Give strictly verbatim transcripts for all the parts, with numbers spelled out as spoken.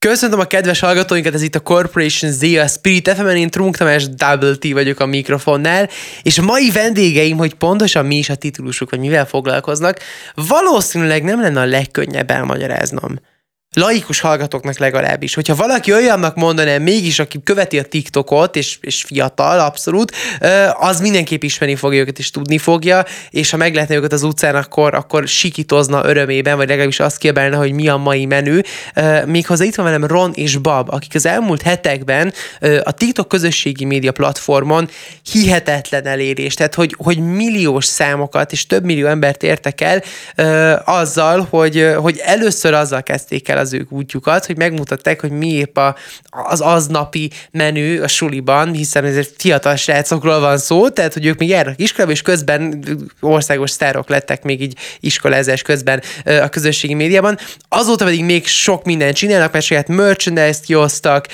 Köszöntöm a kedves hallgatóinkat, ez itt a Corporation Z, a Spirit ef em-en, én Trunk Tamás Double T vagyok a mikrofonnál, és a mai vendégeim, hogy pontosan mi is a titulusuk, vagy mivel foglalkoznak, valószínűleg nem lenne a legkönnyebb elmagyaráznom. Laikus hallgatóknak legalábbis. Hogyha valaki olyannak mondaná mégis, aki követi a TikTokot, és, és fiatal, abszolút, az mindenképp ismerni fogja őket, és tudni fogja, és ha meglátna őket az utcán, akkor, akkor sikítozna örömében, vagy legalábbis azt kiabálna, hogy mi a mai menü. Méghozzá itt van velem Ron és Bab, akik az elmúlt hetekben a TikTok közösségi média platformon hihetetlen elérést, tehát hogy, hogy milliós számokat és több millió embert értek el azzal, hogy, hogy először azzal kezdték el az ők útjukat, hogy megmutatták, hogy mi épp a, az aznapi menü a suliban, hiszen ez egy fiatal srácokról van szó, tehát hogy ők még járnak iskolába, és közben országos sztárok lettek még így iskolázás közben a közösségi médiában. Azóta pedig még sok mindent csinálnak, mert saját merchandise-t kiosztak,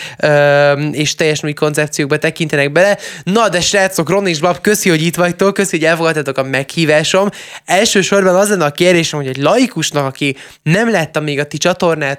és teljesen új koncepciókba tekintenek bele. Na, de srácok, Ron és Bab, köszi, hogy itt vagytok, köszi, hogy elfogadtatok a meghívásom. Elsősorban az lenne a kérdésem, hogy egy laikusnak, aki nem látta még a ti csatornátokat,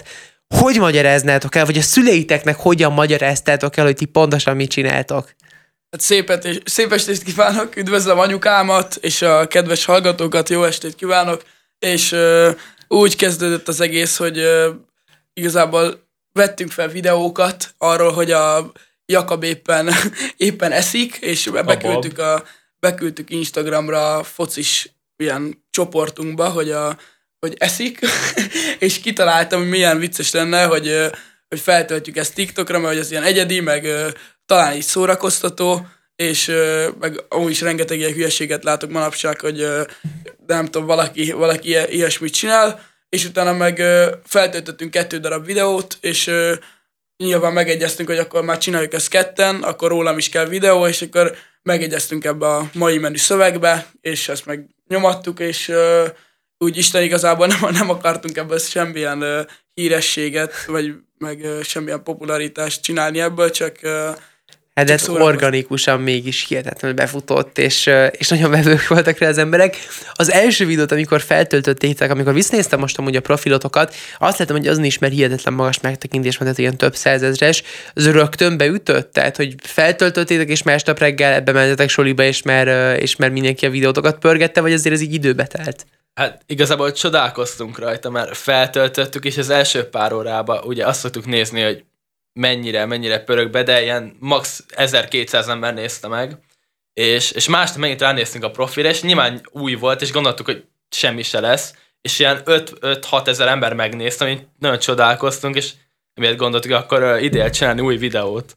hogy magyaráznátok el, vagy a szüleiteknek hogyan magyaráztátok el, hogy ti pontosan mit csináltok? Hát szép, és, szép estét kívánok, üdvözlöm anyukámat, és a kedves hallgatókat, jó estét kívánok, és uh, úgy kezdődött az egész, hogy uh, igazából vettünk fel videókat arról, hogy a Jakab éppen, éppen eszik, és beküldtük, a, beküldtük Instagramra a focis ilyen csoportunkba, hogy a hogy eszik, és kitaláltam, hogy milyen vicces lenne, hogy, hogy feltöltjük ezt TikTokra, mert hogy ez ilyen egyedi, meg talán így szórakoztató, és meg amúgy is rengeteg ilyen hülyeséget látok manapság, hogy nem tudom, valaki, valaki ilyesmit csinál, és utána meg feltöltöttünk kettő darab videót, és nyilván megegyeztünk, hogy akkor már csináljuk ezt ketten, akkor rólam is kell videó, és akkor megegyeztünk ebbe a mai menü szövegbe, és ezt meg nyomattuk, és úgy Isten igazából nem, nem akartunk ebből semmilyen uh, hírességet, vagy meg uh, semmilyen popularitást csinálni ebből, csak uh, Hát de ez organikusan mégis hihetetlenül befutott, és, uh, és nagyon vevők voltak rá az emberek. Az első videót, amikor feltöltöttétek, amikor visszanéztem most amúgy a profilotokat, azt láttam, hogy azon is már hihetetlen magas megtekintés van, tehát ilyen több százezres, az rögtön beütött, tehát hogy feltöltöttétek, és másnap reggel ebbe mentetek soliba, és már, uh, és már mindenki a videótokat pörgette, vagy azért ez így időbe telt? Hát igazából csodálkoztunk rajta, mert feltöltöttük, és az első pár órában ugye azt szoktuk nézni, hogy mennyire, mennyire pörög be, de ilyen max. ezerkétszáz ember nézte meg, és, és másnap megint ránéztünk a profilra, és nyilván új volt, és gondoltuk, hogy semmi se lesz, és ilyen öt-hat ezer ember megnézte, amit nagyon csodálkoztunk, és emiatt gondoltuk, hogy akkor ideje csinálni új videót.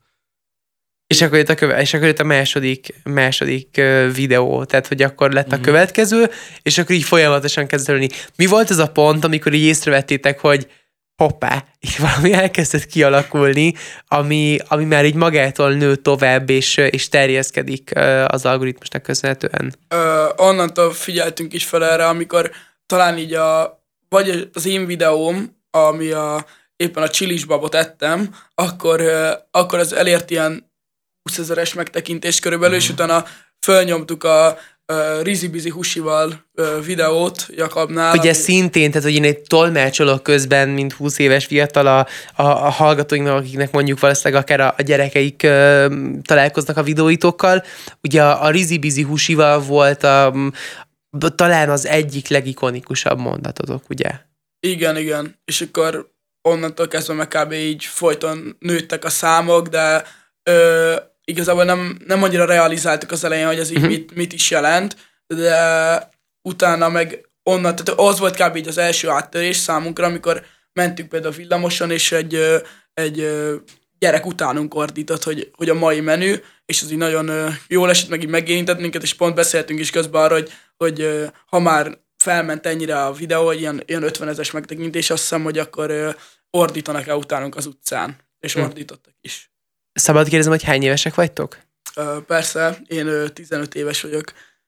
És akkor jött a, köve- és akkor jött a második, második uh, videó, tehát hogy akkor lett a mm-hmm. következő, és akkor így folyamatosan kezdődni. Mi volt az a pont, amikor így észrevettétek, hogy hoppá, így valami elkezdett kialakulni, ami, ami már így magától nő tovább, és, és terjeszkedik uh, az algoritmusnak köszönhetően? Ö, onnantól figyeltünk is fel erre, amikor talán így a, vagy az én videóm, ami a, éppen a csilis babot ettem, akkor, uh, akkor az elért ilyen húszezeres megtekintést körülbelül, mm. és utána fölnyomtuk a uh, Rizi-Bizi Husival uh, videót Jakabnál. Ugye ami... szintén, tehát hogy én egy tolmácsolok közben, mint húsz éves fiatal a, a, a hallgatóinknak, akiknek mondjuk valószínűleg akár a, a gyerekeik uh, találkoznak a videóitokkal. Ugye a, a Rizi-Bizi Husival volt a, talán az egyik legikonikusabb mondatotok, ugye? Igen, igen. És akkor onnantól kezdve meg kb. Így folyton nőttek a számok, de ö, igazából nem, nem annyira realizáltuk az elején, hogy ez így uh-huh. mit, mit is jelent, de utána meg onnan, tehát az volt kb. Így az első áttörés számunkra, amikor mentünk például villamoson, és egy, egy gyerek utánunk ordított, hogy, hogy a mai menü, és az így nagyon jól esett, meg így megérintett minket, és pont beszéltünk is közben arra, hogy, hogy ha már felment ennyire a videó, hogy ilyen, ilyen ötvenezres megtekintés, azt hiszem, hogy akkor ordítanak-e utánunk az utcán, és hmm. ordítottak is. Szabad kérdezem, hogy hány évesek vagytok? Uh, persze, én uh, tizenöt éves vagyok.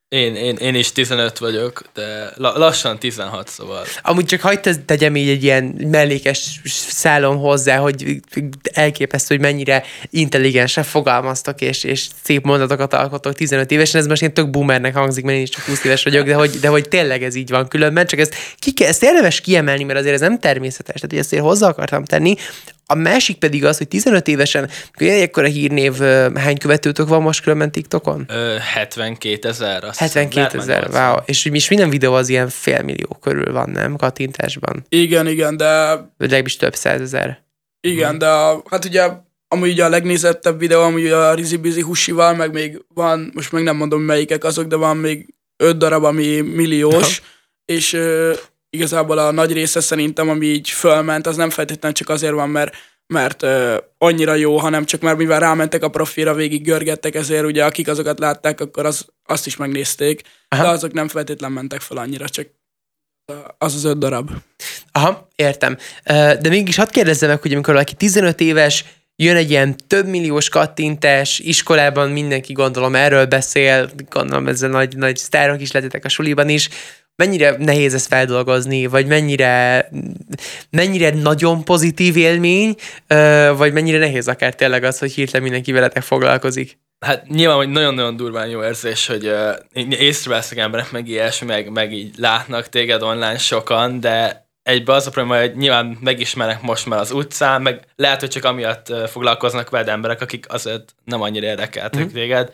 Én, én, én is tizenöt vagyok, de la, lassan tizenhat, szóval. Amúgy csak hagyd tegyem így egy ilyen mellékes szálon hozzá, hogy elképesztő, hogy mennyire intelligensen fogalmaztak, és, és szép mondatokat alkotok tizenöt évesen. Ez most ilyen tök boomernek hangzik, mert én is csak húsz éves vagyok, de hogy, de hogy tényleg ez így van különben. Csak ezt, ki kell, ezt érdemes kiemelni, mert azért ez nem természetes. Tehát, hogy ezt én hozzá akartam tenni. A másik pedig az, hogy tizenöt évesen, akkor ekkora hírnév, hány követőtök van most különben TikTokon? Ö, hetvenkétezer. hetvenkétezer, wow. És hogy is minden videó az ilyen félmillió körül van, nem? Kattintásban. Igen, igen, de... Vagy legalábbis több százezer. Igen, hmm. de a, hát ugye amúgy ugye a legnézettebb videó, amúgy a Rizzy Bizzy Husival, meg még van, most meg nem mondom melyikek azok, de van még öt darab, ami milliós, és ö, igazából a nagy része szerintem, ami így fölment, az nem feltétlenül csak azért van, mert, mert ö, annyira jó, hanem csak már mivel rámentek a profilra, végig görgettek, ezért ugye akik azokat látták, akkor az, azt is megnézték, aha. De azok nem feltétlenül mentek fel annyira, csak az az öt darab. Aha, értem. De mégis hadd kérdezzem meg, hogy amikor valaki tizenöt éves, jön egy ilyen több milliós kattintás, iskolában mindenki gondolom erről beszél, gondolom ezzel nagy, nagy sztárok is lettetek a suliban is, mennyire nehéz ezt feldolgozni, vagy mennyire, mennyire nagyon pozitív élmény, vagy mennyire nehéz akár tényleg az, hogy hirtelen mindenki veletek foglalkozik? Hát nyilván, hogy nagyon-nagyon durván jó érzés, hogy uh, észrevesznek emberek, meg ilyesmi, meg, meg így látnak téged online sokan, de egybe az a probléma, hogy nyilván megismernek most már az utcán, meg lehet, hogy csak amiatt uh, foglalkoznak veled emberek, akik azért nem annyira érdekeltek mm-hmm. téged,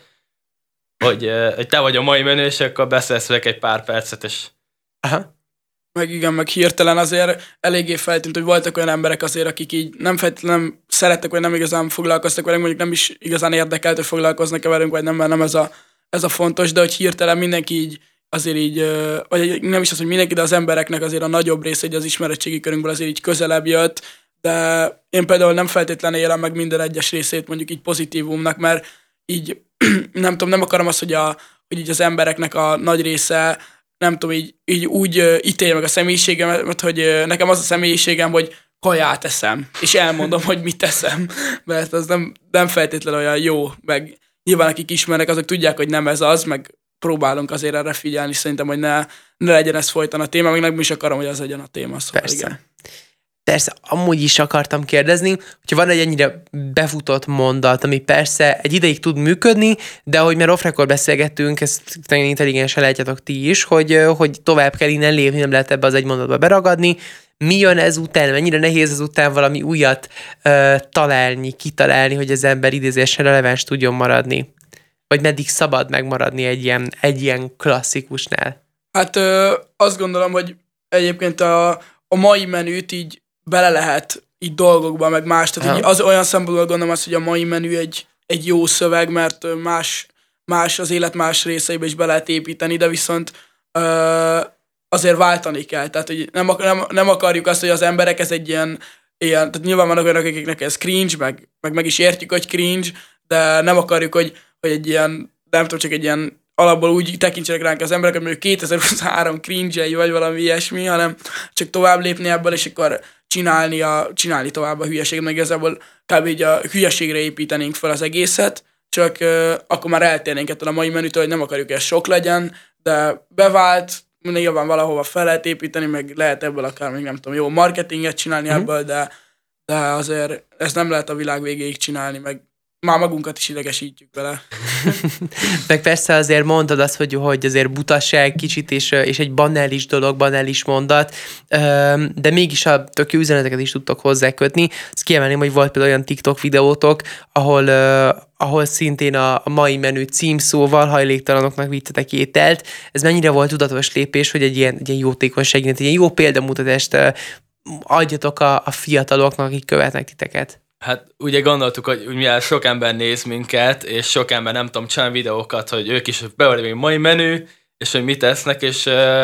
hogy, uh, hogy te vagy a mai menő, és akkor beszélsz velük egy pár percet, és... Aha. Meg igen, meg hirtelen azért eléggé feltűnt, hogy voltak olyan emberek azért, akik így nem feltétlenül nem szerettek, vagy nem igazán foglalkoztak velünk, mondjuk nem is igazán érdekelt, hogy foglalkoznak-e velünk, vagy nem, mert nem ez a, ez a fontos, de hogy hirtelen mindenki így azért így, vagy nem is az, hogy mindenki, de az embereknek azért a nagyobb része így az ismeretségi körünkből azért így közelebb jött, de én például nem feltétlenül élem meg minden egyes részét mondjuk így pozitívumnak, mert így nem tudom, nem akarom azt, hogy, a, hogy így az embereknek a nagy része nem tudom, így, így úgy uh, ítélje meg a személyiségemet, hogy uh, nekem az a személyiségem, hogy kaját eszem, és elmondom, hogy mit eszem, mert az nem, nem feltétlenül olyan jó, meg nyilván akik ismernek, azok tudják, hogy nem ez az, meg próbálunk azért erre figyelni, szerintem, hogy ne, ne legyen ez folyton a téma, meg nem is akarom, hogy az legyen a téma. Szóval persze. Igen. Persze, amúgy is akartam kérdezni, hogyha van egy ennyire befutott mondat, ami persze egy ideig tud működni, de ahogy már off-record beszélgettünk, ezt nagyon intelligensen látjátok ti is, hogy, hogy tovább kell innen lépni, nem lehet ebbe az egy mondatba beragadni. Mi jön ezután, mennyire nehéz ezután valami újat uh, találni, kitalálni, hogy az ember idézésen releváns tudjon maradni? Vagy meddig szabad megmaradni egy ilyen, egy ilyen klasszikusnál? Hát ö, azt gondolom, hogy egyébként a, a mai menüt így bele lehet így dolgokba, meg más. Tehát így az olyan szempontból gondolom azt, hogy a mai menü egy, egy jó szöveg, mert más, más az élet más részeibe is be lehet építeni, de viszont ö, azért váltani kell. Tehát hogy nem, nem, nem akarjuk azt, hogy az emberek ez egy ilyen, ilyen tehát nyilván vannak olyanok, akiknek ez cringe, meg, meg meg is értjük, hogy cringe, de nem akarjuk, hogy, hogy egy ilyen, nem tudom, csak egy ilyen alapból úgy tekintsenek ránk az emberek, hogy mondjuk kétezer-huszonhárom cringe-ei, vagy valami ilyesmi, hanem csak tovább lépni ebből, és akkor csinálni, a, csinálni tovább a hülyeséget, meg igazából kb. Így a hülyeségre építenénk fel az egészet, csak uh, akkor már eltérnénk ettől a mai menütől, hogy nem akarjuk, ez sok legyen, de bevált, nyilván valahova fel lehet építeni, meg lehet ebből akár még nem tudom, jó marketinget csinálni mm-hmm. ebből, de, de azért ezt nem lehet a világ végéig csinálni, meg már magunkat is idegesítjük vele. Meg persze azért mondod azt, hogy, hogy azért butaság kicsit, és, és egy banális dolog, banális mondat, de mégis a tök jó üzeneteket is tudtok hozzákötni. Ezt kiemelném, hogy volt például olyan TikTok videótok, ahol, ahol szintén a mai menü címszóval hajléktalanoknak vittetek ételt. Ez mennyire volt tudatos lépés, hogy egy ilyen, egy ilyen jótékonyság, egy ilyen jó példamutatást adjatok a, a fiataloknak, akik követnek titeket? Hát ugye gondoltuk, hogy mivel sok ember néz minket, és sok ember nem tudom, csinál videókat, hogy ők is bevalami mai menü, és hogy mit tesznek, és uh,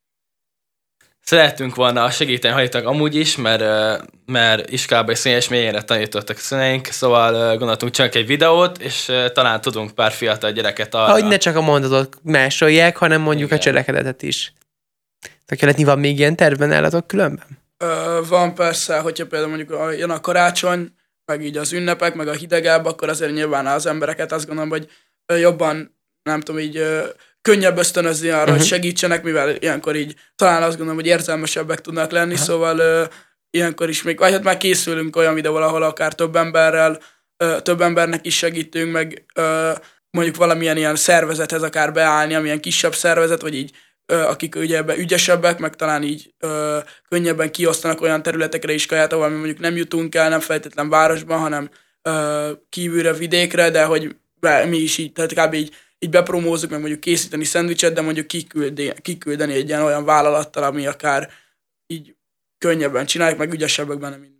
szerettünk volna segíteni hajtak amúgy is, mert, uh, mert iskolában és színes mélyére tanítottak szüneink, szóval uh, gondoltunk, csinálunk egy videót, és uh, talán tudunk pár fiatal gyereket arra. Hogy ne csak a mondatot másolják, hanem mondjuk igen. A cselekedetet is. Tökéletni van még ilyen tervben állatok különben? Ö, van persze, hogyha például mondjuk jön a karácsony, meg így az ünnepek, meg a hidegebb, akkor azért nyilván az embereket azt gondolom, hogy jobban, nem tudom, így könnyebb ösztönözni arra, Uh-huh. hogy segítsenek, mivel ilyenkor így talán azt gondolom, hogy érzelmesebbek tudnak lenni, uh-huh. szóval ö, ilyenkor is még, vagy hát már készülünk olyan videóval, ahol akár több emberrel, ö, több embernek is segítünk, meg ö, mondjuk valamilyen ilyen szervezethez akár beállni, amilyen kisebb szervezet, vagy így, ö, akik ugye ebben ügyesebbek, meg talán így ö, könnyebben kiosztanak olyan területekre is kaját, ahol mi mondjuk nem jutunk el, nem feltétlen városban, hanem ö, kívülre, vidékre, de hogy be, mi is így, tehát kb. így, így bepromózzuk, meg mondjuk készíteni szendvicset, de mondjuk kiküldeni, kiküldeni egy ilyen olyan vállalattal, ami akár így könnyebben csináljuk, meg ügyesebbek benne, mint mi.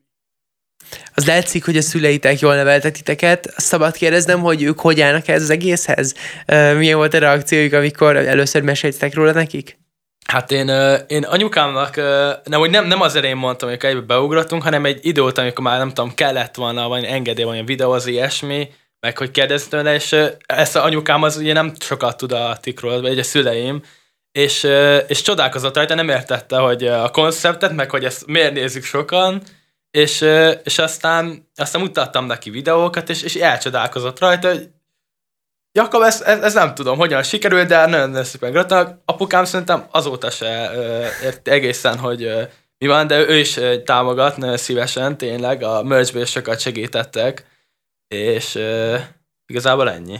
Az látszik, hogy a szüleitek jól neveltek titeket. Szabad kérdeznem, hogy ők hogy állnak ez az egészhez? Milyen volt a reakciójuk, amikor először meséltetek róla nekik? Hát én, én anyukámnak, nem, hogy nem, nem az elején mondtam, hogy egybe beugrottunk, hanem egy idő után, amikor már nem tudom, kellett volna, vagy engedély, vagy videó, az ilyesmi, meg hogy kérdeztem tőle, és ezt a anyukám az ugye nem sokat tud a tikról, vagy a szüleim, és, és csodálkozott rajta, nem értette, hogy a konceptet, meg hogy ezt miért nézzük sokan, és, és aztán, aztán mutattam neki videókat, és, és elcsodálkozott rajta, hogy Jakab, ez, ez, ez nem tudom, hogyan sikerült, de nagyon szépen gratulálok. Apukám szerintem azóta se ért egészen, hogy mi van, de ő is támogat nagyon szívesen, tényleg, a merchből sokat segítettek, és uh, igazából ennyi.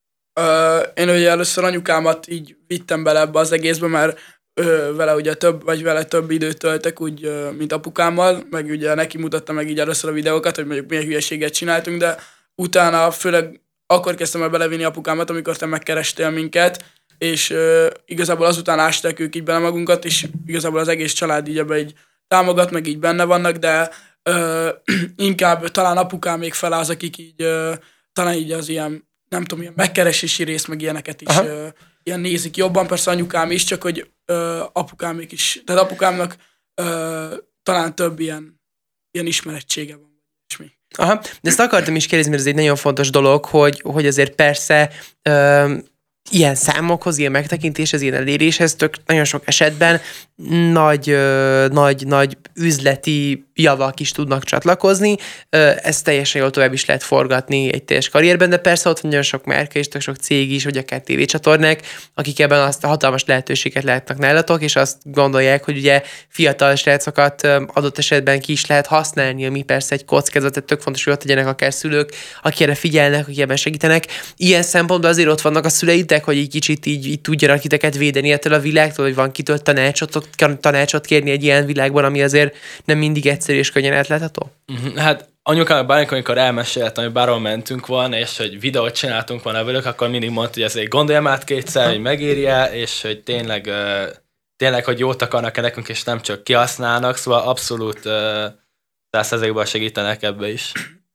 Uh, én ugye először anyukámat így vittem bele ebbe az egészbe, mert uh, vele ugye több, vagy vele több időt töltek, úgy, uh, mint apukámmal, meg ugye neki mutatta meg így először a videókat, hogy mondjuk milyen hülyeséget csináltunk, de utána főleg akkor kezdtem el belevinni apukámat, amikor te megkerestél minket, és uh, igazából azután ásták ők így bele magunkat, és igazából az egész család így ebbe így támogat, meg így benne vannak, de uh, inkább talán apukám még fele az, akik így uh, talán így az ilyen, nem tudom, ilyen megkeresési rész, meg ilyeneket is uh, ilyen nézik jobban, persze anyukám is, csak hogy uh, apukámék is, tehát apukámnak uh, talán több ilyen, ilyen ismerettsége van. Aha, de ezt akartam is kérdezni, mert ez egy nagyon fontos dolog, hogy, hogy azért persze ö, ilyen számokhoz, ilyen megtekintéshez, ilyen eléréshez tök nagyon sok esetben nagy, ö, nagy, nagy üzleti javak is tudnak csatlakozni. Ö, ezt teljesen jól tovább is lehet forgatni egy teljes karrierben, de persze ott van nagyon sok márka és tök sok cég is, vagy akár tévécsatornák, akik ebben azt a hatalmas lehetőséget látnak nálatok, és azt gondolják, hogy ugye fiatal srácokat adott esetben ki is lehet használni, ami persze egy kockázat, tehát tök fontos, hogy ott legyenek akár szülők, akik erre figyelnek, akik ebben segítenek. Ilyen szempontból azért ott vannak a szüleitek, hogy egy kicsit így, így tudjanak titeket védeni ettől a világtól, hogy van kitől tanácsot, tanácsot kérni egy ilyen világban, ami azért nem mindig egyszerű és könnyen átlátható? Hát anyukám bármikor, amikor elmeséltem, hogy bárhol mentünk volna, és hogy videót csináltunk volna velük, akkor mindig mondta, hogy ezért gondoljam át kétszer, hogy megérje, és hogy tényleg, tényleg, hogy jót akarnak-e nekünk, és nem csak kihasználnak, szóval abszolút száz százalékban segítenek ebbe is.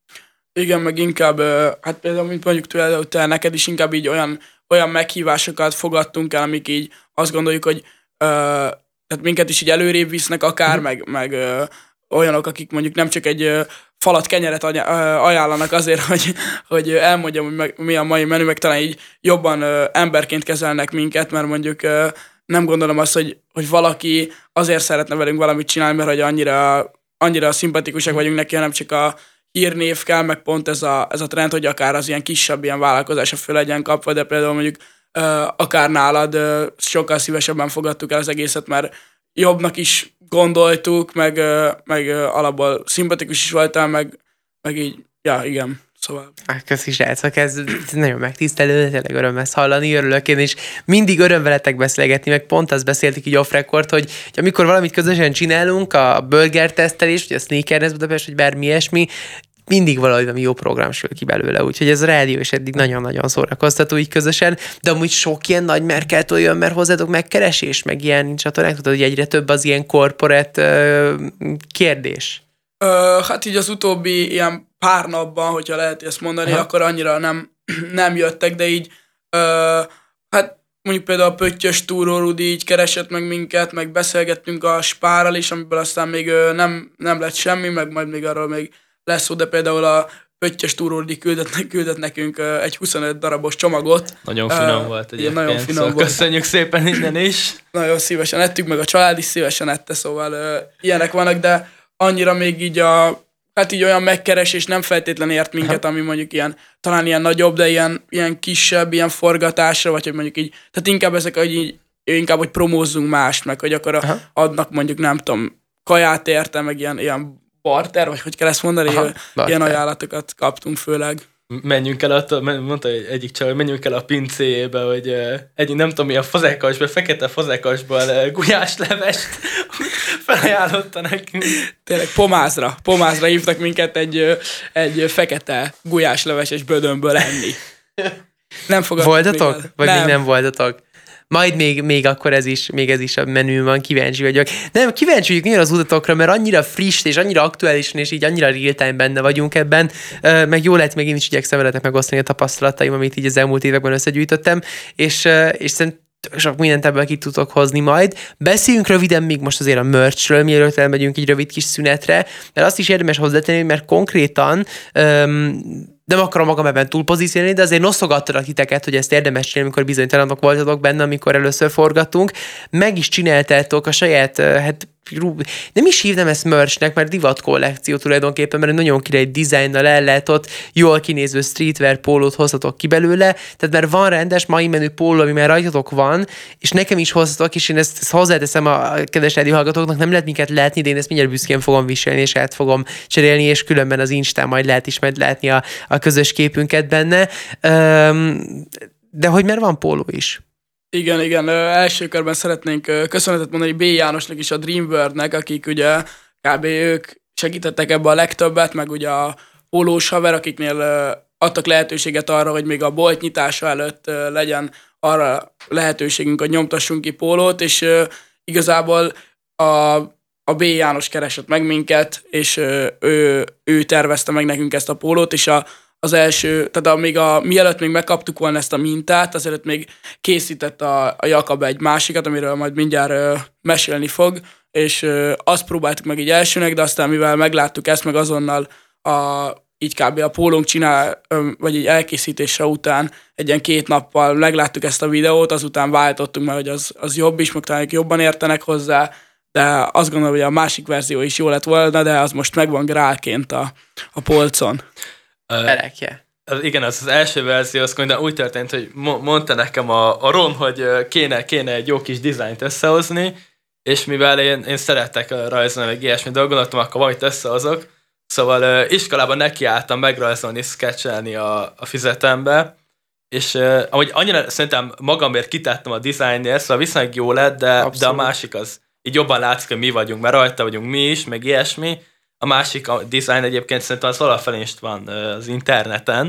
Igen, meg inkább, hát például, mint mondjuk tőle, te neked is inkább így olyan, olyan meghívásokat fogadtunk el, amik így azt gondoljuk, hogy ö, tehát minket is így előrébb visznek akár, mm. meg, meg ö, olyanok, akik mondjuk nem csak egy ö, falat kenyeret ajánlanak azért, hogy, hogy elmondjam, hogy meg, mi a mai menü, meg talán így jobban ö, emberként kezelnek minket, mert mondjuk ö, nem gondolom azt, hogy, hogy valaki azért szeretne velünk valamit csinálni, mert hogy annyira, annyira szimpatikusak vagyunk neki, hanem csak a hírnév kell, meg pont ez a, ez a trend, hogy akár az ilyen kisebb ilyen vállalkozása föl legyen kapva, de például mondjuk uh, akár nálad uh, sokkal szívesebben fogadtuk el az egészet, mert jobbnak is gondoltuk, meg, uh, meg uh, alapból szimpatikus is voltál, meg, meg így, ja, igen. Szóval. Köszi, srácok, ez nagyon megtisztelő, tényleg öröm ezt hallani, örülök én is. Mindig öröm veletek beszélgetni, meg pont azt beszéltük így off-record, hogy, hogy amikor valamit közösen csinálunk, a burger tesztelés, vagy a sneakerhez Budapest, vagy bármi ilyesmi, mindig valahogy valami jó program sül ki belőle, úgyhogy ez a rádió is eddig nagyon-nagyon szórakoztató így közösen, de amúgy sok ilyen nagy merkától jön, mert hozzátok megkeresés, meg ilyen csatornák, tudod, hogy egyre több az ilyen corporate uh, kérdés. Ö, hát így az utóbbi ilyen pár napban, hogyha lehet ezt mondani, aha, akkor annyira nem, nem jöttek, de így ö, hát mondjuk például a Pöttyös Túró Rudi így keresett meg minket, meg beszélgettünk a Spárral is, amiből aztán még ö, nem, nem lett semmi, meg majd még arról még lesz szó, de például a Pöttyös Túró Rudi küldött, küldött nekünk ö, egy huszonöt darabos csomagot. Nagyon finom uh, volt egyébként, nagyon finom szóval volt. Köszönjük szépen innen is. Nagyon szívesen ettük, meg a család is szívesen ette, szóval ö, ilyenek vannak, de annyira még így a hát így olyan megkeresés nem feltétlen ért minket, Aha. ami mondjuk ilyen, talán ilyen nagyobb, de ilyen, ilyen kisebb, ilyen forgatásra, vagy hogy mondjuk így, tehát inkább ezek, hogy így, inkább, hogy promózzunk mást, meg hogy akkor a, adnak mondjuk, nem tudom, kaját érte, meg ilyen, ilyen barter, vagy hogy kell ezt mondani, Aha, ilyen ajánlatokat kaptunk főleg. Menjünk el attól, mondta egyik csaj, menjünk el a pincéjébe, hogy egy, nem tudom mi a fazekas, fekete fazekasban gulyáslevest felajánlotta nekünk. Tényleg pomázra, pomázra hívtak minket egy, egy fekete gulyásleveses bödönből enni. Nem fogadtuk. Voltatok? Még vagy nem. Még nem voltatok? Majd még, még akkor ez is, még ez is a menü van, kíváncsi vagyok. Nem, kíváncsi vagyok nagyon az utatokra, mert annyira friss és annyira aktuálisan és így annyira real-time benne vagyunk ebben, meg jó lehet, meg én is igyekszem veletek megosztani a tapasztalataim, amit így az elmúlt években összegyűjtöttem, és, és szerintem sok mindent ebből ki tudok hozni majd. Beszéljünk röviden még most azért a merchről, mielőtt elmegyünk egy rövid kis szünetre, mert azt is érdemes hozzátenni, mert konkrétan um, nem akarom magam ebben túlpozícionálni, de azért noszogattalak titeket, hogy ezt érdemes csinálni, amikor bizonytalanok voltatok benne, amikor először forgattunk. Meg is csináltátok a saját, hát nem is hívnám ezt merchnek, mert divat kollekció tulajdonképpen, mert nagyon király dizájnnal ellátott, jól kinéző streetwear pólót hoztatok ki belőle, tehát már van rendes mai menü póló, ami már rajtatok van, és nekem is hoztatok, és én ezt, ezt hozzáteszem a kedves rádió hallgatóknak, nem lehet minket látni, de én ezt mindjárt büszkén fogom viselni, és át fogom cserélni, és különben az Instán majd lehet is majd látni a, a közös képünket benne. Um, de hogy már van póló is. Igen, igen. Első körben szeretnénk köszönetet mondani B. Jánosnak és a Dreamworldnek, akik ugye kb. Ők segítettek ebbe a legtöbbet, meg ugye a pólós haver, akiknél adtak lehetőséget arra, hogy még a bolt nyitása előtt legyen arra lehetőségünk, hogy nyomtassunk ki pólót, és igazából a, a B. János keresett meg minket, és ő, ő tervezte meg nekünk ezt a pólót, és a az első, tehát még a, mielőtt még megkaptuk volna ezt a mintát, azért még készített a, a Jakab egy másikat, amiről majd mindjárt ö, mesélni fog, és ö, azt próbáltuk meg így elsőnek, de aztán mivel megláttuk ezt, meg azonnal a, így kb. A pólónk csinál, ö, vagy így elkészítése után egy ilyen két nappal megláttuk ezt a videót, azután váltottunk, mert hogy az, az jobb is, meg talán jobban értenek hozzá, de azt gondolom, hogy a másik verzió is jó lett volna, de az most megvan grálként a, a polcon. Erekje. Uh, igen, az az első verzió, az úgy történt, hogy mondta nekem a, a Ron, hogy kéne, kéne egy jó kis dizájnt összehozni, és mivel én, én szeretek rajzolni, meg ilyesmi dolgot, akkor valamit összehozok, szóval uh, iskolában nekiálltam megrajzolni, sketchelni a, a fizetembe, és uh, ahogy annyira szerintem magamért kitettem a dizájnért, szóval viszonylag jó lett, de, de a másik az így jobban látszik, hogy mi vagyunk, mert rajta vagyunk mi is, meg ilyesmi. A másik a design egyébként szerintem az valafelé is van az interneten,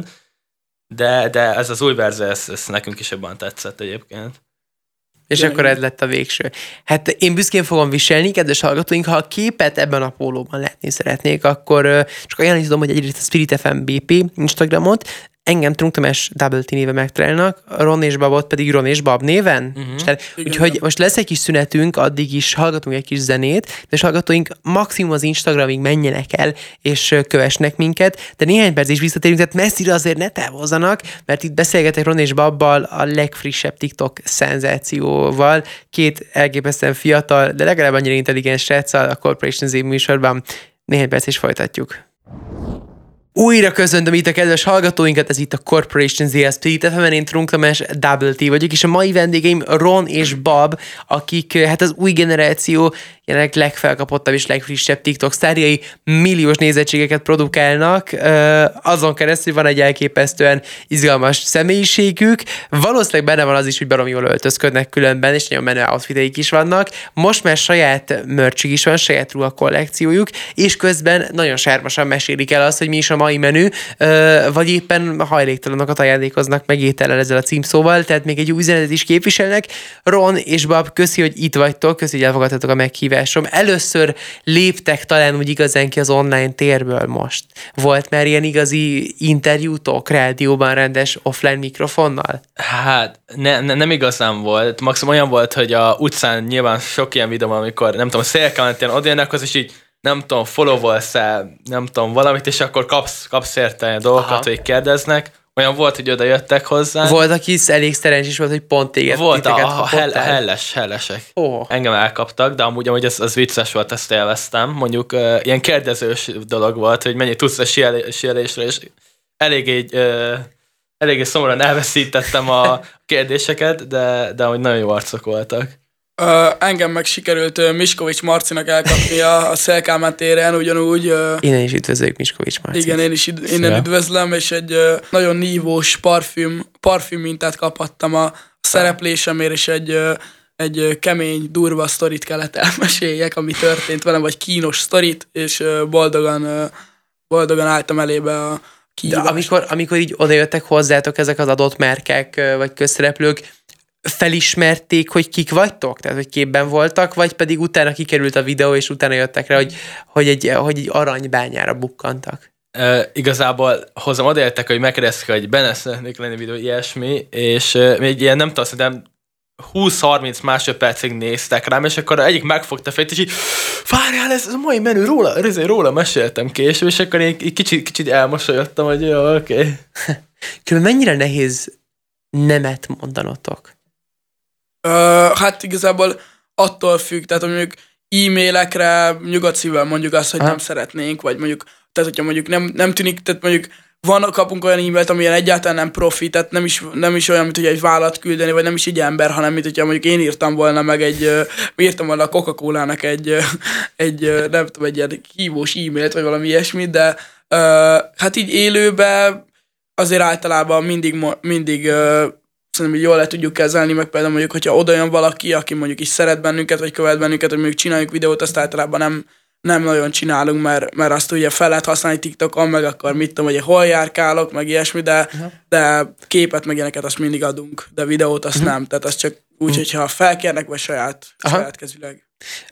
de, de ez az új verzió, ez, ez nekünk is jobban tetszett egyébként. És ja, akkor ez lett a végső. Hát én büszkén fogom viselni, kedves hallgatóink, ha a képet ebben a pólóban látni szeretnék, akkor csak ajánlani tudom, hogy egyrészt a Spirit ef em bé pé Instagramot, engem Trunk Tamás Double T néven megtalálnak, Ron és Babot pedig Ron és Bab néven. Uh-huh. Tehát, úgyhogy most lesz egy kis szünetünk, addig is hallgatunk egy kis zenét, és hallgatóink maximum az Instagramig menjenek el, és kövesnek minket, de néhány perc is visszatérünk, tehát messzire azért ne távozzanak, mert itt beszélgetek Ron és Babbal a legfrissebb TikTok szenzációval, két elképesztően fiatal, de legalább annyira intelligens sráccal a Corporation Z műsorban. Néhány perc is folytatjuk. Újra köszöntöm itt a kedves hallgatóinkat, ez itt a Corporation Z, a Spirit ef em-en, én Trunk Tamás Double T vagyok, és a mai vendégeim Ron és Bab, akik hát az új generáció jelenleg legfelkapottabb és legfrissebb TikTok sztárjai, milliós nézettségeket produkálnak, azon keresztül van egy elképesztően izgalmas személyiségük, valószínűleg benne van az is, hogy baromi jól öltözködnek különben, és nagyon menő outfiteik is vannak, most már saját merchük is van, saját ruha kollekciójuk, és közben nagyon sármosan mesélik el azt, hogy mi is a mai menü, vagy éppen hajléktalanokat ajándékoznak meg étellel ezzel a címszóval, tehát még egy új üzenetet is képviselnek. Ron és Bab, köszi, hogy itt vagytok, köszi, hogy elfogadtatok a meghívásom. Először léptek talán úgy igazán ki az online térből most. Volt már ilyen igazi interjútok rádióban rendes offline mikrofonnal? Hát ne, ne, nem igazán volt. Maximum olyan volt, hogy a utcán nyilván sok ilyen videó, amikor nem tudom, szélkelentén odajönnek, az is így nem tudom, follow-olsz-e, nem tudom, valamit, és akkor kapsz, kapsz érte dolgokat, Aha. hogy kérdeznek. olyan volt, hogy oda jöttek hozzá. Volt, aki elég szerencsés volt, hogy pont téged Volt a, a, a hell, el. helles, hellesek. Oh. Engem elkaptak, de amúgy, amúgy az, az vicces volt, ezt élveztem. Mondjuk uh, ilyen kérdezős dolog volt, hogy mennyit tudsz a síelésre, és eléggé, uh, eléggé szomorúan elveszítettem a kérdéseket, de, de amúgy nagyon jó arcok voltak. Uh, engem meg sikerült uh, Miskovics Marcinak elkapni a, a Szélkámán téren, ugyanúgy. Uh, Innen is üdvözöljük Miskovics Marcit. Igen, én is id- innen üdvözlöm, és egy uh, nagyon nívós parfüm, parfüm mintát kaphattam a szereplésemért, és egy, uh, egy uh, kemény, durva sztorit kellett elmeséljek, ami történt velem, vagy kínos sztorit, és uh, boldogan, uh, boldogan álltam elébe a kihívás. De amikor, amikor így odajöttek hozzátok ezek az adott márkák, vagy közszereplők, felismerték, hogy kik vagytok? Tehát, hogy képben voltak, vagy pedig utána kikerült a videó, és utána jöttek rá, hogy, hogy, egy, hogy egy aranybányára bukkantak? Uh, igazából hozzám odaértek, hogy megkérdeztek, hogy benne szeretnék lenni videó, ilyesmi, és uh, még ilyen nem tudom, szerintem húsz-harminc másodpercig néztek rám, és akkor egyik megfogta fejét, és így várjál, ez a mai menü, róla, róla meséltem később, és akkor én kicsit, kicsit elmosolyodtam, hogy jó, oké. Okay. Különben mennyire nehéz nemet mondanotok? Uh, hát igazából attól függ, tehát mondjuk e-mailekre nyugodt szívvel mondjuk azt, hogy ha. nem szeretnénk, vagy mondjuk, tehát hogyha mondjuk nem, nem tűnik, tehát mondjuk van, kapunk olyan e-mailt, amilyen egyáltalán nem profi, tehát nem is, nem is olyan, mint hogy egy vállalat küldeni, vagy nem is egy ember, hanem mint hogyha mondjuk én írtam volna meg egy, írtam volna a Coca-Cola-nak egy, egy nem tudom, egy ilyen hívós e-mailt, vagy valami ilyesmit, de uh, hát így élőben azért általában mindig, mindig uh, szerintem jól le tudjuk kezelni, meg például mondjuk, hogyha oda jön valaki, aki mondjuk is szeret bennünket, vagy követ bennünket, hogy mondjuk csináljuk videót, azt általában nem, nem nagyon csinálunk, mert, mert azt ugye fel lehet használni TikTokon, meg akkor mit tudom, hogy hol járkálok, meg ilyesmi, de, uh-huh. de képet, meg ilyeneket azt mindig adunk, de videót azt uh-huh. nem, tehát az csak úgy, uh-huh. hogyha felkérnek, vagy saját, saját kezüleg.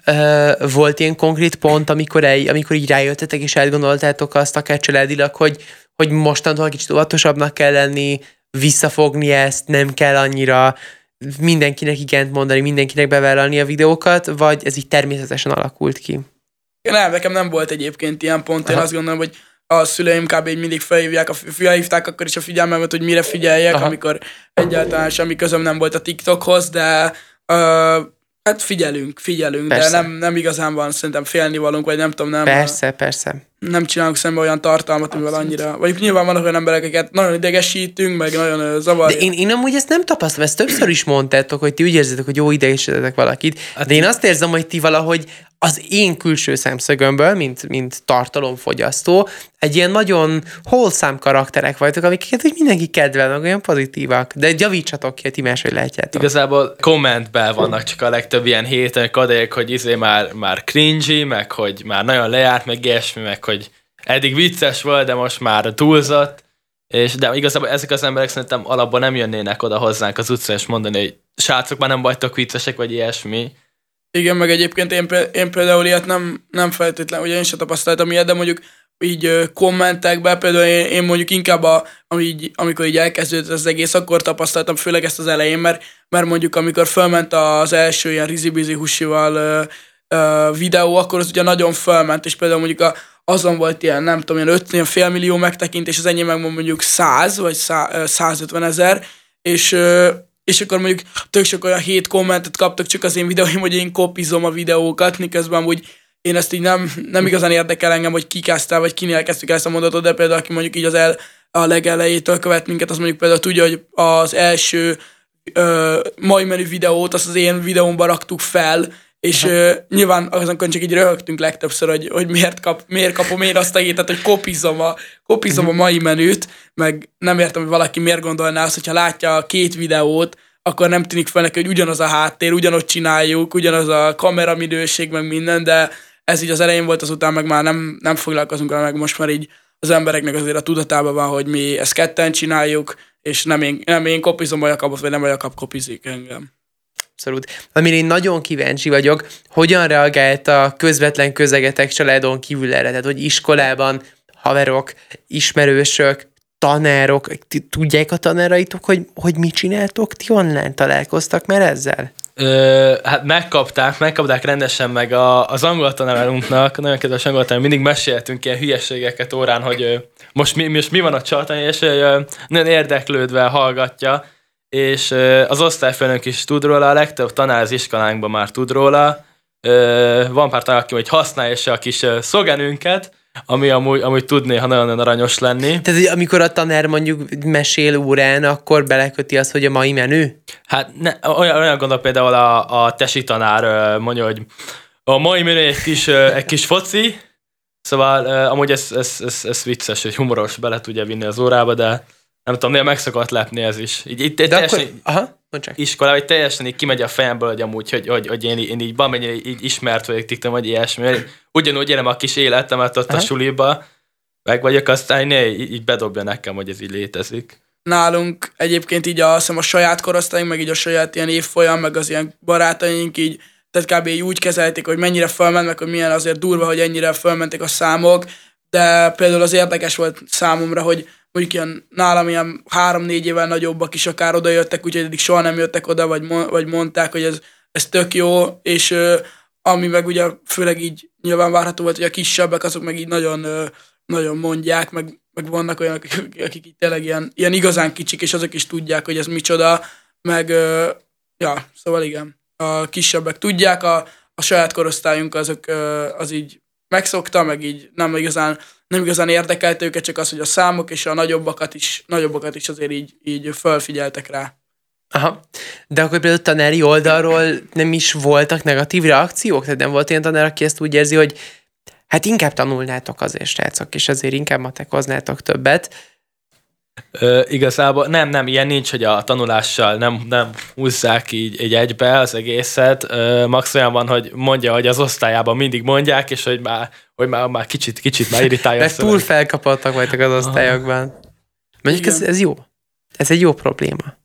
Uh, volt ilyen konkrét pont, amikor, egy, amikor így rájöttetek, és elgondoltátok azt akár családilag, hogy, hogy mostantól kicsit óvatosabbnak kell lenni, visszafogni ezt, nem kell annyira mindenkinek igent mondani, mindenkinek bevállalni a videókat, vagy ez így természetesen alakult ki? Nem, nekem nem volt egyébként ilyen pont. Én Aha. azt gondolom, hogy a szüleim kb. Mindig felhívják, a felhívták akkor is a figyelmemet, hogy mire figyeljek, Aha. amikor egyáltalán semmi közöm nem volt a TikTokhoz, de uh, hát figyelünk, figyelünk, persze. de nem, nem igazán van szerintem félnivalónk, vagy nem tudom, nem. Persze, persze. Nem csinálunk szemben olyan tartalmat, amivel annyira... Vagy nyilván vannak olyan emberek, akiket nagyon idegesítünk, meg nagyon zavarjuk. De én, én amúgy ezt nem tapasztalom, ezt többször is mondtátok, hogy ti úgy érzitek, hogy jó idegesítetek valakit, de én azt érzem, hogy ti valahogy az én külső szemszögömből, mint, mint tartalomfogyasztó, egy ilyen nagyon wholesome karakterek vagytok, amiket úgy mindenki kedvel, meg olyan pozitívak. De javítsatok ki, ti máshogy látjátok. Igazából kommentben vannak csak a legtöbb ilyen héten kadék, hogy izé már, már cringy, meg hogy már nagyon lejárt, meg ilyesmi, meg hogy eddig vicces volt, de most már túlzott. És de igazából ezek az emberek szerintem alapban nem jönnének oda hozzánk az utcán, és mondani, hogy srácok, már nem vagytok viccesek, vagy ilyesmi. Igen, meg egyébként én, én például ilyet nem, nem feltétlenül, ugye én sem tapasztaltam ilyet, de mondjuk így kommentekben, például én, én mondjuk inkább, a, ami így, amikor így elkezdődött az egész, akkor tapasztaltam főleg ezt az elején, mert, mert mondjuk amikor fölment az első ilyen rizibizi husival ö, ö, videó, akkor az ugye nagyon fölment, és például mondjuk a, azon volt ilyen, nem tudom, ilyen öt, ilyen fél millió megtekintés, az enyém meg mondjuk száz, vagy százötven ezer, és és akkor mondjuk tök sok olyan hét kommentet kaptak csak az én videóim, hogy én kopizom a videókat, miközben úgy én ezt így nem, nem igazán érdekel engem, hogy ki kezdte, vagy kinél kezdtük ezt a mondatot, de például aki mondjuk így az el, a legelejétől követ minket, az mondjuk például tudja, hogy az első ö, mai menü videót, azt az én videómban raktuk fel, és ö, nyilván azon csak így röhögtünk legtöbbször, hogy, hogy miért, kap, miért kapom én azt a hétet, hogy kopizom a, kopizom a mai menüt, meg nem értem, hogy valaki miért gondolná azt, hogyha látja a két videót, akkor nem tűnik fel neki, hogy ugyanaz a háttér, ugyanott csináljuk, ugyanaz a kameraminőség, meg minden, de ez így az elején volt, azután meg már nem, nem foglalkozunk rá, meg most már így az embereknek azért a tudatában van, hogy mi ezt ketten csináljuk, és nem én, nem én kopizom a Jakabot, vagy nem a Jakab kopizik engem. Abszolút. Amire én nagyon kíváncsi vagyok, hogyan reagált a közvetlen közegetek családon kívül erre, tehát hogy iskolában haverok, ismerősök, tanárok, tudják a tanáraitok, hogy, hogy mit csináltok, ti online találkoztak már ezzel? Ö, hát megkapták, megkapták rendesen meg a, az angol tanárunknak, nagyon kedves angol tanár, mindig meséltünk ilyen hülyeségeket órán, hogy ö, most, mi, most mi van a csatán, és ö, nagyon érdeklődve hallgatja, és ö, az osztályfőnök is tud róla, a legtöbb tanár az iskolánkban már tud róla, ö, van pár tanár, aki hogy használja is a kis ö, szlogenünket, ami amúgy, amúgy tud néha nagyon aranyos lenni. Tehát, hogy amikor a tanár mondjuk mesél órán, akkor beleköti azt, hogy a mai menü? Hát ne, olyan, olyan gondol például a, a tesi tanár mondja, hogy a mai menü egy kis, egy kis foci, szóval amúgy ez, ez, ez, ez vicces, hogy humoros bele tudja vinni az órába, de nem tudom, néha meg szokott lepni ez is. Így, így, de teljesen, akkor, aha, mondd csak. Iskolában, hogy teljesen így kimegy a fejemből, hogy amúgy, hogy, hogy, hogy én, én így valamennyire így ismert vagyok tiktom, vagy ilyesmi. Ugyanúgy élem a kis életemet ott aha. a suliba, meg vagyok, aztán né, így, így bedobja nekem, hogy ez így létezik. Nálunk egyébként így a, a saját korosztályunk, meg így a saját ilyen évfolyam, meg az ilyen barátaink így, tehát kb. Így úgy kezelték, hogy mennyire fölmennek, hogy milyen azért durva, hogy ennyire fölmentek a számok, de például az érdekes volt számomra, hogy mondjuk ilyen nálam ilyen három-négy évvel nagyobbak is akár oda jöttek, úgyhogy eddig soha nem jöttek oda, vagy, vagy mondták, hogy ez, ez tök jó, és ö, ami meg ugye főleg így nyilván várható volt, hogy a kisebbek azok meg így nagyon, ö, nagyon mondják, meg, meg vannak olyanok, akik így tényleg ilyen, ilyen igazán kicsik, és azok is tudják, hogy ez micsoda, meg ö, ja, szóval igen, a kisebbek tudják, a, a saját korosztályunk azok ö, az így megszokta, meg így nem igazán nem igazán érdekelte őket, csak az, hogy a számok és a nagyobbakat is, nagyobbakat is azért így, így fölfigyeltek rá. Aha. De akkor például tanári oldalról nem is voltak negatív reakciók? Tehát nem volt ilyen tanár, aki ezt úgy érzi, hogy hát inkább tanulnátok azért, srácok, és azért inkább matekoznátok többet. Ö, igazából nem, nem, ilyen nincs, hogy a tanulással nem, nem húzzák így, így egybe az egészet. Ö, max olyan van, hogy mondja, hogy az osztályában mindig mondják, és hogy már, hogy már, már kicsit, kicsit már irritálja. Mert túl felkapottak vagytok az osztályokban. Mondjuk ez, ez jó. Ez egy jó probléma.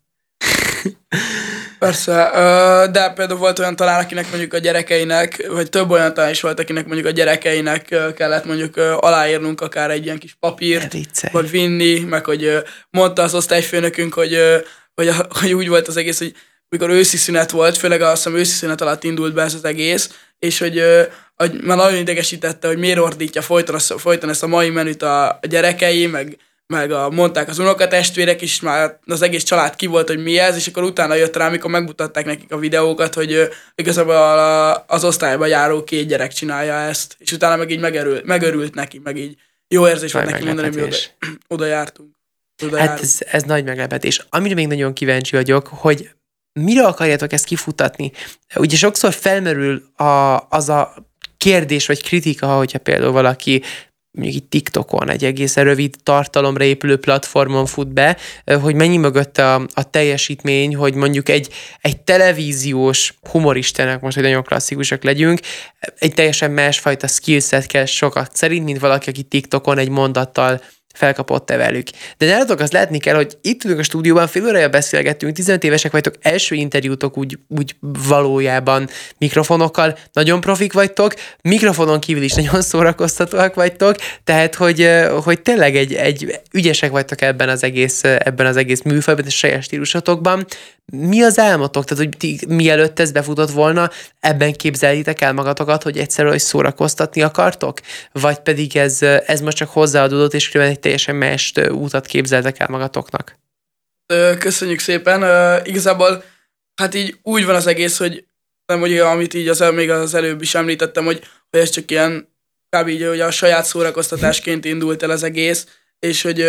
Persze, de például volt olyan tanár, akinek mondjuk a gyerekeinek, vagy több olyan tanár is volt, akinek mondjuk a gyerekeinek kellett mondjuk aláírnunk akár egy ilyen kis papírt, vagy vinni, meg hogy mondta az osztályfőnökünk, hogy, hogy, hogy úgy volt az egész, hogy mikor őszi szünet volt, főleg azt hiszem őszi szünet alatt indult be ez az egész, és hogy, hogy már nagyon idegesítette, hogy miért ordítja folyton, folyton ezt a mai menüt a, a gyerekei, meg meg a, mondták az unokatestvérek is, már az egész család ki volt, hogy mi ez, és akkor utána jött rá, amikor megmutatták nekik a videókat, hogy uh, igazából a, az osztályban járó két gyerek csinálja ezt, és utána meg így megerül, megörült neki, meg így jó érzés volt neki mondani, mi oda, oda jártunk. Oda hát járunk. ez, ez nagy meglepetés. Amire még nagyon kíváncsi vagyok, hogy mire akarjátok ezt kifutatni? Ugye sokszor felmerül a, az a kérdés vagy kritika, hogyha például valaki mondjuk itt TikTokon egy egészen rövid tartalomra épülő platformon fut be, hogy mennyi mögött a, a teljesítmény, hogy mondjuk egy, egy televíziós humoristának, most hogy nagyon klasszikusak legyünk, egy teljesen másfajta skillset kell sokat szerint, mint valaki, aki TikTokon egy mondattal felkapott-e velük. De nálatok azt látni kell, hogy itt ülünk a stúdióban, fél órája beszélgettünk, tizenöt évesek vagytok, első interjútok úgy, úgy valójában mikrofonokkal, nagyon profik vagytok, mikrofonon kívül is nagyon szórakoztatóak vagytok, tehát, hogy, hogy tényleg egy, egy ügyesek vagytok ebben az egész, ebben az egész műfajban, és saját stílusotokban. Mi az álmotok? Tehát, hogy ti, mielőtt ez befutott volna, ebben képzelitek el magatokat, hogy egyszerűen hogy szórakoztatni akartok? Vagy pedig ez, ez most csak hozzáadódott, és különben egy teljesen más útat képzeltek el magatoknak? Köszönjük szépen. Igazából hát így úgy van az egész, hogy nem, hogy amit így az, még az előbb is említettem, hogy, hogy ez csak ilyen kb. Így, hogy a saját szórakoztatásként indult el az egész, és hogy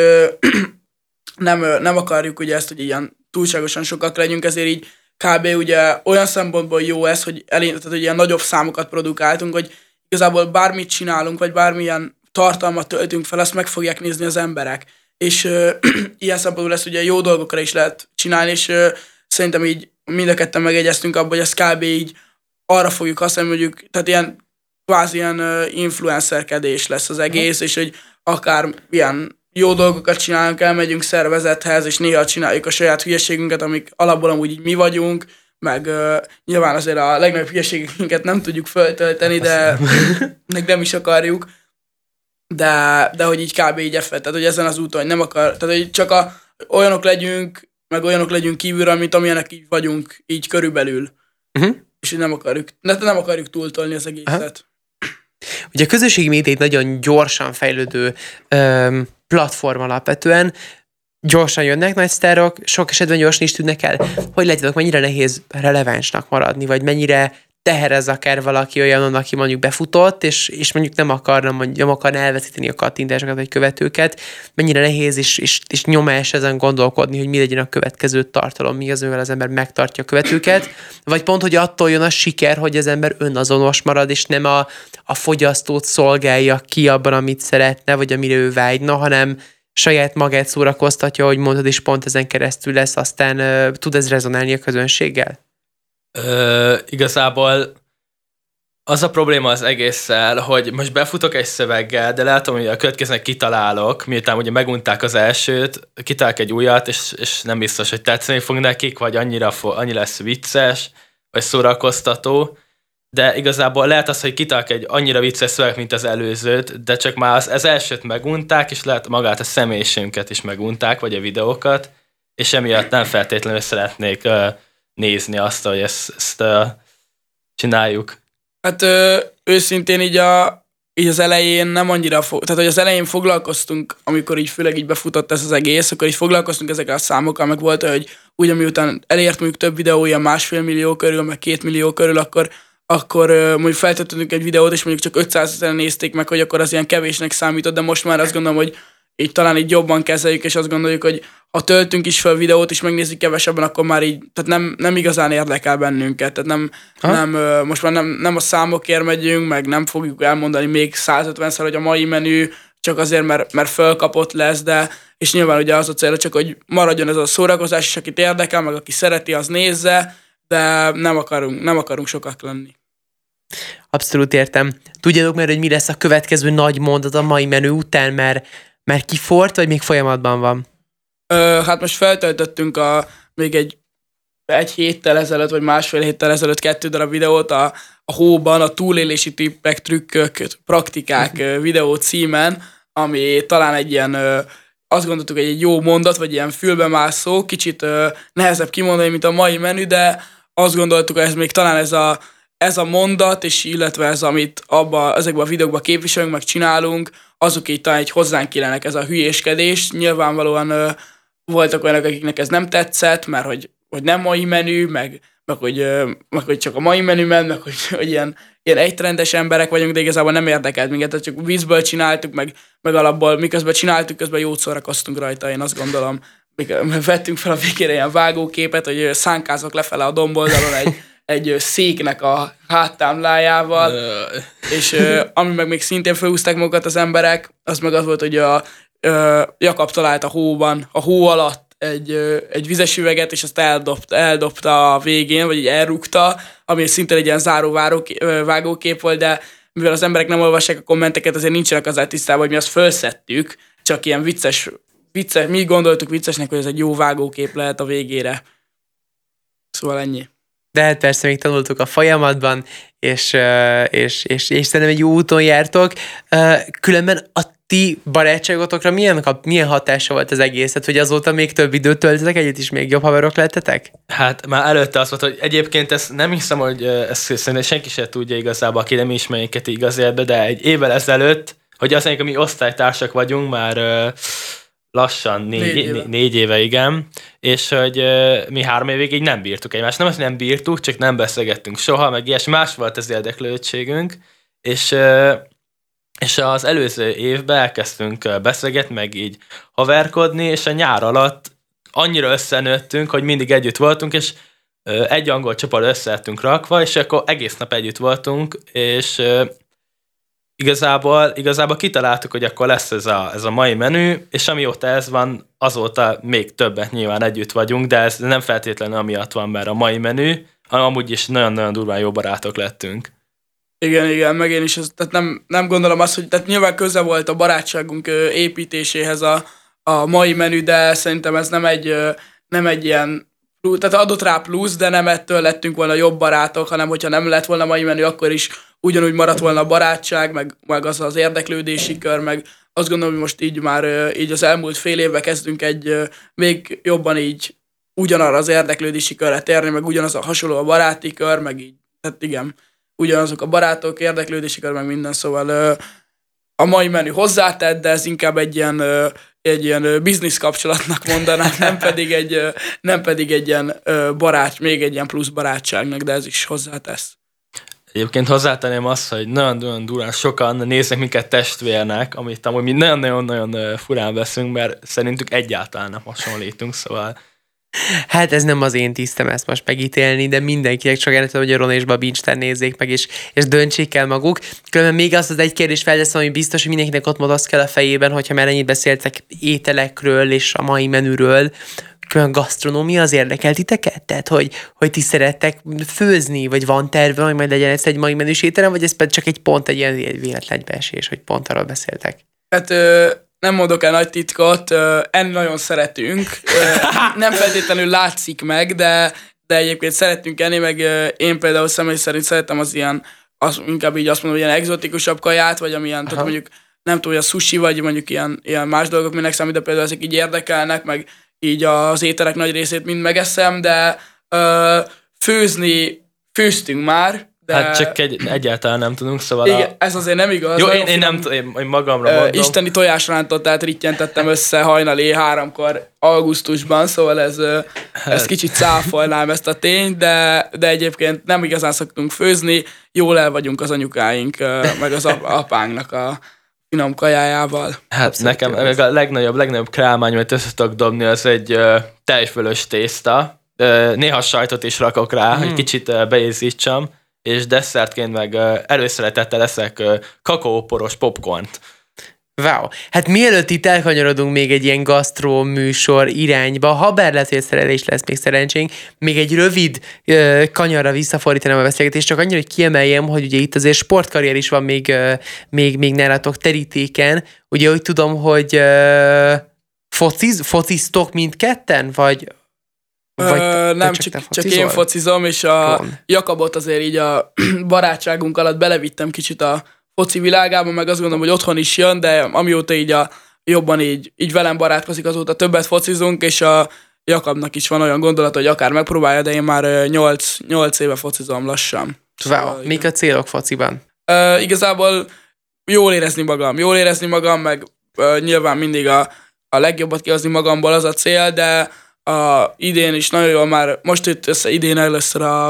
nem, nem akarjuk ugye ezt, hogy ilyen túlságosan sokak legyünk, ezért így kb. Ugye olyan szempontból jó ez, hogy, elé, tehát, hogy ilyen nagyobb számokat produkáltunk, hogy igazából bármit csinálunk, vagy bármilyen tartalmat töltünk fel, azt meg fogják nézni az emberek. És ö, ilyen szempontból ezt ugye jó dolgokra is lehet csinálni, és ö, szerintem így mind a ketten megegyeztünk abban, hogy ezt kb. Így arra fogjuk használni, mondjuk, tehát ilyen kvázi ilyen ö, influencerkedés lesz az egész, és hogy akár ilyen jó dolgokat csinálunk, elmegyünk szervezethez, és néha csináljuk a saját hülyeségünket, amik alapból amúgy így mi vagyunk, meg uh, nyilván azért a legnagyobb hülyeségünket nem tudjuk föltölteni, de meg nem is akarjuk, de, de hogy így kb. Így effet, tehát hogy ezen az úton, hogy nem akar, tehát hogy csak a, olyanok legyünk, meg olyanok legyünk kívülről, mint amilyenek így vagyunk, így körülbelül. Uh-huh. És nem akarjuk, nem akarjuk túltolni az egészet. Aha. Ugye a közösségi média egy nagyon gyorsan fejlődő öm, platform alapvetően, gyorsan jönnek nagy sztárok, sok esetben gyorsan is tűnnek el. Hogy látjátok, mennyire nehéz relevánsnak maradni, vagy mennyire teherez akár valaki olyan, aki mondjuk befutott, és, és mondjuk nem akarna, mondjuk, nem akarna elveszíteni a kattintásokat vagy követőket, mennyire nehéz és, és, és nyomás ezen gondolkodni, hogy mi legyen a következő tartalom, mi az, amivel az ember megtartja a követőket, vagy pont, hogy attól jön a siker, hogy az ember önazonos marad, és nem a, a fogyasztót szolgálja ki abban, amit szeretne, vagy amire ő vágyna, hanem saját magát szórakoztatja, ahogy mondod, és pont ezen keresztül lesz, aztán uh, tud ez rezonálni a közönséggel? Ö, igazából az a probléma az egésszel, hogy most befutok egy szöveggel, de látom, hogy a következőnek kitalálok, miután ugye megunták az elsőt, kitalálok egy újat, és, és nem biztos, hogy tetszeni fog nekik, vagy annyira, annyi lesz vicces, vagy szórakoztató, de igazából lehet az, hogy kitalálok egy annyira vicces szöveg, mint az előzőt, de csak már az, az elsőt megunták, és lehet magát a személyiségünket is megunták, vagy a videókat, és emiatt nem feltétlenül szeretnék uh, nézni azt, hogy ezt, ezt uh, csináljuk. Hát ö, őszintén így, a, így az elején nem annyira, fo- tehát hogy az elején foglalkoztunk, amikor így főleg így befutott ez az egész, akkor így foglalkoztunk ezekkel a számokkal, meg volt, hogy úgy, miután elért mondjuk több videó, ilyen másfél millió körül, meg két millió körül, akkor akkor mondjuk feltettünk egy videót, és mondjuk csak ötszázezren nézték meg, hogy akkor az ilyen kevésnek számított, de most már azt gondolom, hogy így talán így jobban kezeljük, és azt gondoljuk, hogy ha töltünk is fel videót, és megnézzük kevesebben, akkor már így, tehát nem, nem igazán érdekel bennünket, tehát nem, nem most már nem, nem a számokért megyünk, meg nem fogjuk elmondani még százötvenszer, hogy a mai menü csak azért, mert, mert fölkapott lesz, de és nyilván ugye az a célra csak, hogy maradjon ez a szórakozás, és akit érdekel, meg aki szereti, az nézze, de nem akarunk, nem akarunk sokak lenni. Abszolút értem. Tudjátok már, hogy mi lesz a következő nagy mondat a mai menü után, mert, mert kifort, vagy még folyamatban van? Ö, hát most feltöltöttünk a, még egy, egy héttel ezelőtt, vagy másfél héttel ezelőtt kettő darab videót a, a hóban, a túlélési tippek, trükkök, praktikák videó címen, ami talán egy ilyen, azt gondoltuk, hogy egy jó mondat, vagy ilyen fülbemászó, kicsit nehezebb kimondani, mint a mai menü, de azt gondoltuk, hogy ez még talán ez a ez a mondat, és illetve ez, amit abba, ezekben a videókban képviselünk, meg csinálunk, azok így talán egy hozzánk illenek, ez a hülyéskedés. Nyilvánvalóan ö, voltak olyanok, akiknek ez nem tetszett, mert hogy, hogy nem mai menü, meg, meg, hogy, ö, meg hogy csak a mai menü ment, meg hogy, hogy ilyen, ilyen egytrendes emberek vagyunk, de igazából nem érdekelt minket, tehát csak vízből csináltuk, meg, meg alapból miközben csináltuk, közben jót szórakoztunk rajta, én azt gondolom. Vettünk fel a végére ilyen vágóképet, hogy szánkázok lefele a domboldalon egy egy széknek a háttámlájával, és uh, ami meg még szintén felhúzták magukat az emberek, az meg az volt, hogy a uh, Jakab talált a hóban, a hó alatt egy, uh, egy vizes üveget, és azt eldobta, eldobta a végén, vagy így elrúgta, ami szintén egy ilyen záró vágókép volt, de mivel az emberek nem olvassák a kommenteket, azért nincsenek azzal tisztában, hogy mi azt felszettük, csak ilyen vicces, vicces, mi gondoltuk viccesnek, hogy ez egy jó vágókép lehet a végére. Szóval ennyi. De hát persze még tanultuk a folyamatban, és, és, és, és szerintem egy jó úton jártok. Különben a ti barátságotokra milyen, milyen hatása volt az egészet, hogy azóta még több időt töltetek együtt, is még jobb haverok lettetek? Hát már előtte az volt, hogy egyébként ezt nem hiszem, hogy ezt szerintem senki sem tudja igazából, aki nem ismer minket igaz életbe, de egy évvel ezelőtt, hogy azt mondjuk, mi osztálytársak vagyunk, már lassan négy, négy, éve. négy éve, igen, és hogy uh, mi három évig így nem bírtuk egymást. Nem azt, hogy nem bírtuk, csak nem beszélgettünk soha, meg ilyesmi, más volt az érdeklődtségünk, és, uh, és az előző évben elkezdtünk beszélgetni, meg így haverkodni, és a nyár alatt annyira összenőttünk, hogy mindig együtt voltunk, és uh, egy angol csapat összettünk rakva, és akkor egész nap együtt voltunk, és uh, Igazából, igazából kitaláltuk, hogy akkor lesz ez a, ez a mai menü, és amióta ez van, azóta még többet nyilván együtt vagyunk, de ez nem feltétlenül amiatt van, mert a mai menü, hanem amúgy is nagyon-nagyon durván jó barátok lettünk. Igen, igen, meg én is, ez, tehát nem, nem gondolom azt, hogy tehát nyilván köze volt a barátságunk építéséhez a, a mai menü, de szerintem ez nem egy, nem egy ilyen, tehát adott rá plusz, de nem ettől lettünk volna jobb barátok, hanem hogyha nem lett volna mai menü, akkor is ugyanúgy maradt volna a barátság, meg, meg az az érdeklődési kör, meg azt gondolom, hogy most így már így az elmúlt fél évben kezdünk egy még jobban így ugyanarra az érdeklődési körre térni, meg ugyanaz a hasonló a baráti kör, meg így, tehát igen, ugyanazok a barátok, érdeklődési kör, meg minden, szóval ö, a mai menü hozzátett, de ez inkább egy ilyen, ö, egy ilyen biznisz kapcsolatnak mondanám, nem pedig egy, ö, nem pedig egy ilyen ö, barát, még egy ilyen plusz barátságnak, de ez is hozzátesz. Egyébként hozzátenném azt, hogy nagyon-nagyon durán sokan néznek minket testvérnek, amit amúgy mi nagyon-nagyon-nagyon furán veszünk, mert szerintük egyáltalán nem hasonlítunk, szóval... Hát ez nem az én tisztem ezt most megítélni, de mindenkinek csak el tudom, hogy a Ron és Babinster nézzék meg, és, és döntsék el maguk. Különben még azt az egy kérdést felteszem, ami biztos, hogy mindenkinek ott mond azt kell a fejében, hogyha már ennyit beszéltek ételekről és a mai menüről, külön gasztronómia az érdekel titeket? Tehát, hogy, hogy ti szerettek főzni, vagy van terve, hogy majd legyen ez egy mai menüs étterem, vagy ez pedig csak egy pont, egy ilyen véletlen beesés, hogy pont arról beszéltek? Hát ö, nem mondok el nagy titkot, ö, enni nagyon szeretünk, ö, nem feltétlenül látszik meg, de, de egyébként szeretünk enni, meg ö, én például személy szerint szeretem az ilyen, az, inkább így azt mondom, hogy ilyen egzotikusabb kaját, vagy amilyen, tehát mondjuk nem tudom, hogy a sushi, vagy mondjuk ilyen, ilyen más dolgok, minek számít, de például ezek így érdekelnek, meg így az ételek nagy részét mind megeszem, de ö, főzni főztünk már. De hát csak egy, egyáltalán nem tudunk, szóval... Igen, a... ez azért nem igaz. Jó, én, én nem tudom, én, én magamra ö, mondom. Isteni tojásrántottát rittyentettem össze hajnali háromkor augusztusban, szóval ez, hát. ez kicsit cáfolnám ezt a tényt, de, de egyébként nem igazán szoktunk főzni, jól el vagyunk az anyukáink, meg az apánknak a finom kajájával. Hát abszolút nekem jó. A legnagyobb, legnagyobb králmány, amit össze tudok dobni, az egy uh, tejfölös tészta. Uh, néha sajtot is rakok rá, hmm. hogy kicsit uh, beízítsam, és desszertként meg uh, előszeretettel leszek uh, kakaóporos popcornt. Wow. Hát mielőtt itt elkanyarodunk még egy ilyen gasztró műsor irányba, ha bár lehet, hogy a szerelés lesz még szerencsénk, még egy rövid uh, kanyarra visszafordítanám a beszélgetést, csak annyira, hogy kiemeljem, hogy ugye itt azért sportkarrier is van még, uh, még, még nálatok terítéken. Ugye úgy tudom, hogy uh, fociz, fociztok mindketten, vagy... Vagy Ö, nem, csak, csak, csak én focizom, és a Ron. Jakabot azért így a barátságunk alatt belevittem kicsit a foci világába, meg azt gondolom, hogy otthon is jön, de amióta így a, jobban így, így velem barátkozik, azóta többet focizunk, és a Jakabnak is van olyan gondolata, hogy akár megpróbálja, de én már nyolc éve focizom lassan. Wow. Uh, Mik a célok fociban? Uh, igazából jól érezni magam, jól érezni magam, meg uh, nyilván mindig a, a legjobbat kihozni magamból az a cél, de a idén is nagyon jól már, most jött össze idén először a,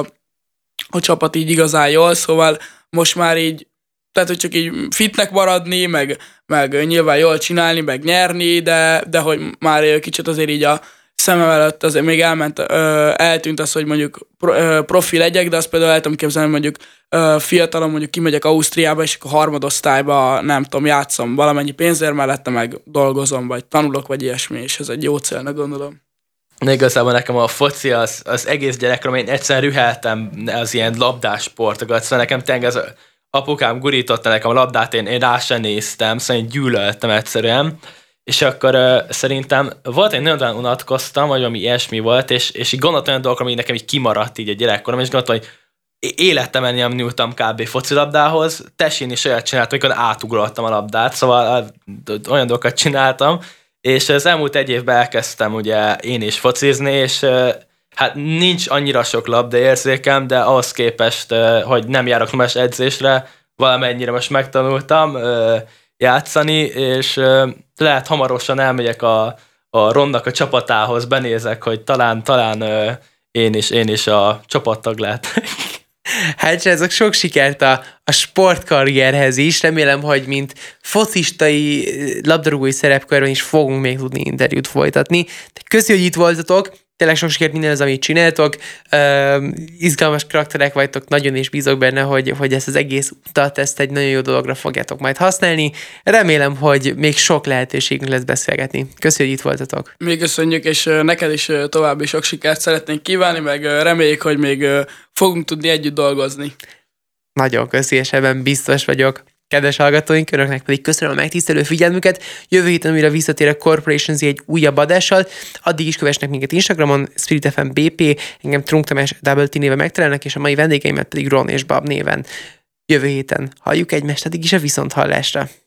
a csapat így igazán jól, szóval most már így, tehát hogy csak így fitnek maradni, meg, meg nyilván jól csinálni, meg nyerni, de, de hogy már kicsit azért így a szemem előtt azért még elment, ö, eltűnt az, hogy mondjuk pro, profi legyek, de azt például el tudom képzelni, mondjuk ö, fiatalon mondjuk kimegyek Ausztriába, és akkor harmadosztályba, nem tudom, játszom valamennyi pénzért, mellette meg dolgozom, vagy tanulok, vagy ilyesmi, és ez egy jó célnak gondolom. De igazából nekem a foci az, az egész gyerekkorom, én egyszerűen rüheltem az ilyen labdás sportokat, szóval nekem tényleg az apukám gurította nekem a labdát, én, én rá sem néztem, szóval én gyűlöltem egyszerűen, és akkor uh, szerintem volt egy nagyon unatkoztam, vagy valami ilyesmi volt, és, és így gondoltam olyan dolgokra, ami nekem így kimaradt így a gyerekkorom, és gondoltam, hogy életemben nem nyújtam kb. Focilabdához, tesén is olyat csináltam, amikor átugrottam a labdát, szóval olyan dolgokat csináltam, és az elmúlt egy évben elkezdtem ugye én is focizni, és hát nincs annyira sok labdaérzékem, de ahhoz képest, hogy nem járok más edzésre, valamennyire most megtanultam játszani, és lehet hamarosan elmegyek a, a Ronnak a csapatához, benézek, hogy talán, talán én is, én is a csapattag lehetek. Hát ezek sok sikert a, a sportkarrierhez is. Remélem, hogy mint focistai, labdarúgói szerepkörben is fogunk még tudni interjút folytatni. De köszi, hogy itt voltatok. Tényleg sok sikert minden az, amit csináltok. Uh, izgalmas karakterek vagytok, nagyon is bízok benne, hogy, hogy ezt az egész utat, ezt egy nagyon jó dologra fogjátok majd használni. Remélem, hogy még sok lehetőségünk lesz beszélgetni. Köszi, hogy itt voltatok. Még köszönjük, és neked is további sok sikert szeretnénk kívánni, meg reméljük, hogy még fogunk tudni együtt dolgozni. Nagyon köszi, és ebben biztos vagyok. Kedves hallgatóink, önöknek pedig köszönöm a megtisztelő figyelmüket. Jövő héten újra visszatér a Corporation Z egy újabb adással. Addig is kövessenek minket Instagramon, Spirit ef em bé pé, engem Trunk Tamás Double T néven megtalálnak, és a mai vendégeimet pedig Ron és Bab néven. Jövő héten halljuk egymást, addig is a viszonthallásra.